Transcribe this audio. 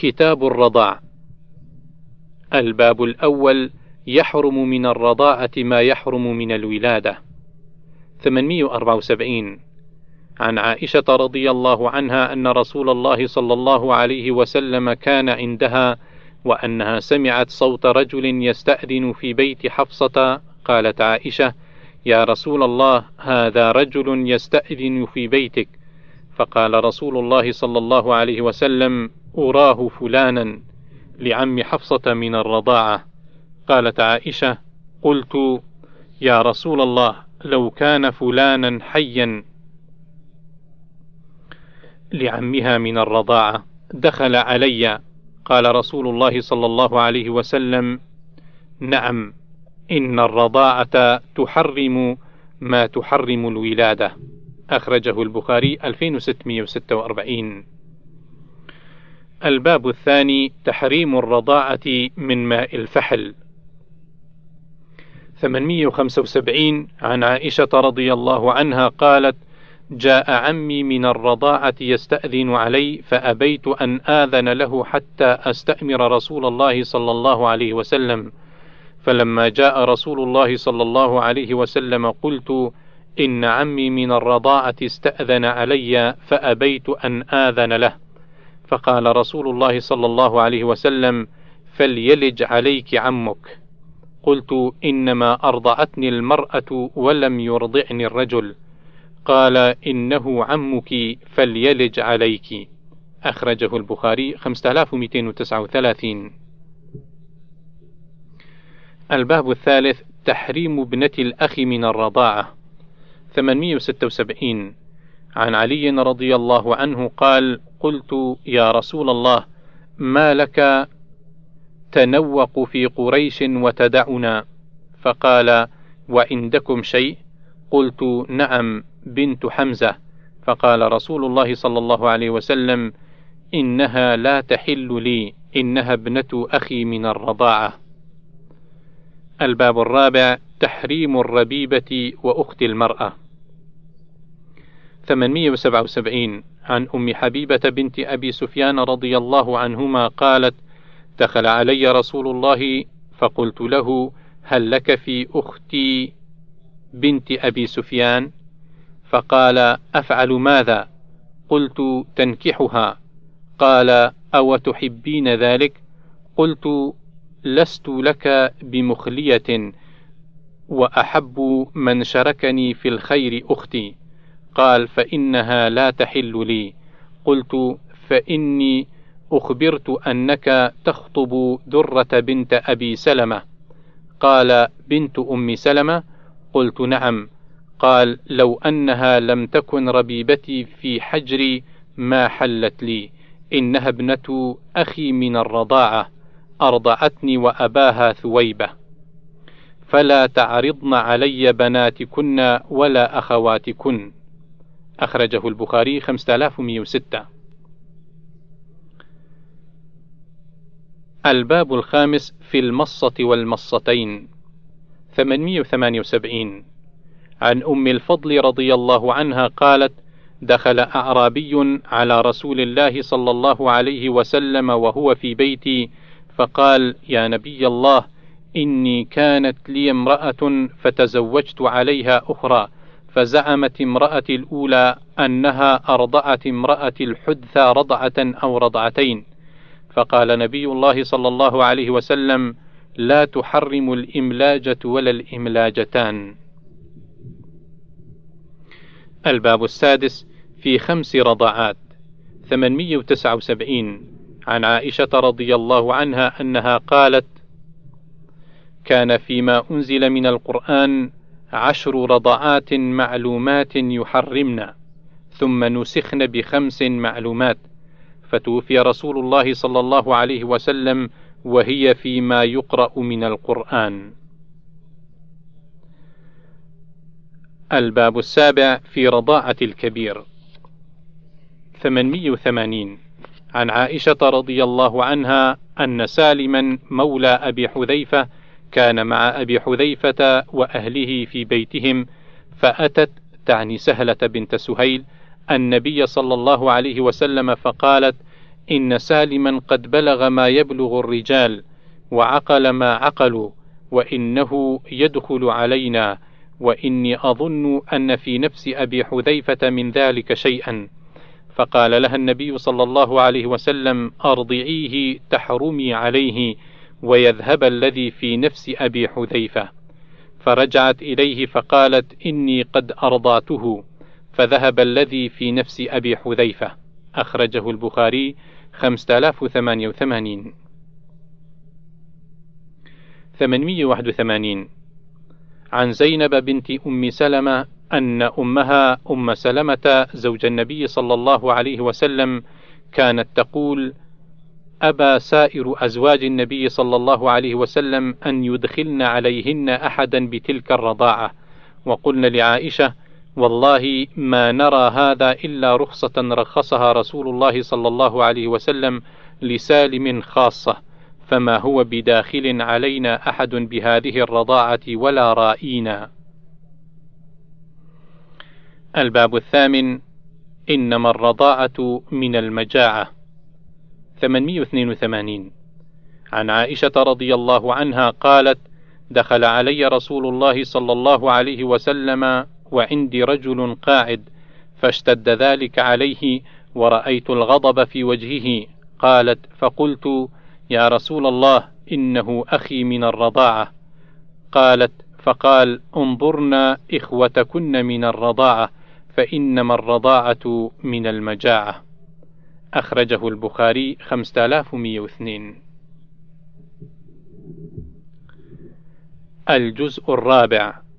كتاب الرضاع. الباب الأول: يحرم من الرضاعة ما يحرم من الولادة. 874 عن عائشة رضي الله عنها أن رسول الله صلى الله عليه وسلم كان عندها وأنها سمعت صوت رجل يستأذن في بيت حفصة. قالت عائشة: يا رسول الله، هذا رجل يستأذن في بيتك. فقال رسول الله صلى الله عليه وسلم: أراه فلانا، لعم حفصة من الرضاعة. قالت عائشة: قلت: يا رسول الله، لو كان فلانا حيا لعمها من الرضاعة دخل علي. قال رسول الله صلى الله عليه وسلم: نعم، إن الرضاعة تحرم ما تحرم الولادة. أخرجه البخاري 2646. الباب الثاني: تحريم الرضاعة من ماء الفحل. 875 عن عائشة رضي الله عنها قالت: جاء عمي من الرضاعة يستأذن علي، فأبيت أن آذن له حتى أستأمر رسول الله صلى الله عليه وسلم. فلما جاء رسول الله صلى الله عليه وسلم قلت: إن عمي من الرضاعة استأذن علي، فأبيت أن آذن له. فقال رسول الله صلى الله عليه وسلم: فليلج عليك عمك. قلت: إنما أرضعتني المرأة ولم يرضعني الرجل. قال: إنه عمك، فليلج عليك. أخرجه البخاري 5239. الباب الثالث: تحريم ابنة الأخ من الرضاعة. 876 عن علي رضي الله عنه قال: قلت: يا رسول الله، ما لك تنوق في قريش وتدعنا؟ فقال: وعندكم شيء؟ قلت: نعم، بنت حمزة. فقال رسول الله صلى الله عليه وسلم: إنها لا تحل لي، إنها ابنة أخي من الرضاعة. الباب الرابع: تحريم الربيبة وأخت المرأة. 877 عن أم حبيبة بنت أبي سفيان رضي الله عنهما قالت: دخل علي رسول الله فقلت له: هل لك في أختي بنت أبي سفيان؟ فقال: أفعل ماذا؟ قلت: تنكحها. قال: أو تحبين ذلك؟ قلت: لست لك بمخلية، وأحب من شركني في الخير أختي. قال: فإنها لا تحل لي. قلت: فإني أخبرت أنك تخطب درة بنت أبي سلمة. قال: بنت أم سلمة؟ قلت: نعم. قال: لو أنها لم تكن ربيبتي في حجري ما حلت لي، إنها ابنة أخي من الرضاعة، أرضعتني وأباها ثويبة. فلا تعرضن علي بناتكن ولا أخواتكن. أخرجه البخاري 5106. الباب الخامس: في المصة والمصتين. 878 عن أم الفضل رضي الله عنها قالت: دخل أعرابي على رسول الله صلى الله عليه وسلم وهو في بيتي، فقال: يا نبي الله، إني كانت لي امرأة فتزوجت عليها أخرى، فزعمت امرأة الأولى أنها أرضعت امرأة الحدثى رضعة أو رضعتين. فقال نبي الله صلى الله عليه وسلم: لا تحرم الإملاجة ولا الإملاجتان. الباب السادس: في 5 رضعات. 879 عن عائشة رضي الله عنها أنها قالت: كان فيما أنزل من القرآن 10 رضعات معلومات يحرمن، ثم نسخن ب5 معلومات، فتوفي رسول الله صلى الله عليه وسلم وهي فيما يقرأ من القرآن. الباب السابع: في رضاعة الكبير. 880 عن عائشة رضي الله عنها أن سالما مولى أبي حذيفة كان مع أبي حذيفة وأهله في بيتهم، فأتت تعني سهلة بنت سهيل النبي صلى الله عليه وسلم فقالت: إن سالما قد بلغ ما يبلغ الرجال وعقل ما عقلوا، وإنه يدخل علينا، وإني أظن أن في نفس أبي حذيفة من ذلك شيئا. فقال لها النبي صلى الله عليه وسلم: أرضعيه تحرمي عليه ويذهب الذي في نفس أبي حذيفة. فرجعت إليه فقالت: إني قد أرضعته، فذهب الذي في نفس أبي حذيفة. أخرجه البخاري 5088. 881 عن زينب بنت أم سلمة أن أمها أم سلمة زوج النبي صلى الله عليه وسلم كانت تقول: أبى سائر أزواج النبي صلى الله عليه وسلم أن يدخلن عليهن أحدا بتلك الرضاعة، وقلن لعائشة: والله ما نرى هذا إلا رخصة رخصها رسول الله صلى الله عليه وسلم لسالم خاصة، فما هو بداخل علينا أحد بهذه الرضاعة ولا رائينا. الباب الثامن: إنما الرضاعة من المجاعة. 882 عن عائشة رضي الله عنها قالت: دخل علي رسول الله صلى الله عليه وسلم وعندي رجل قاعد، فاشتد ذلك عليه ورأيت الغضب في وجهه. قالت: فقلت: يا رسول الله، إنه أخي من الرضاعة. قالت: فقال: انظرنا إخوتكن من الرضاعة، فإنما الرضاعة من المجاعة. أخرجه البخاري 5102. الجزء الرابع: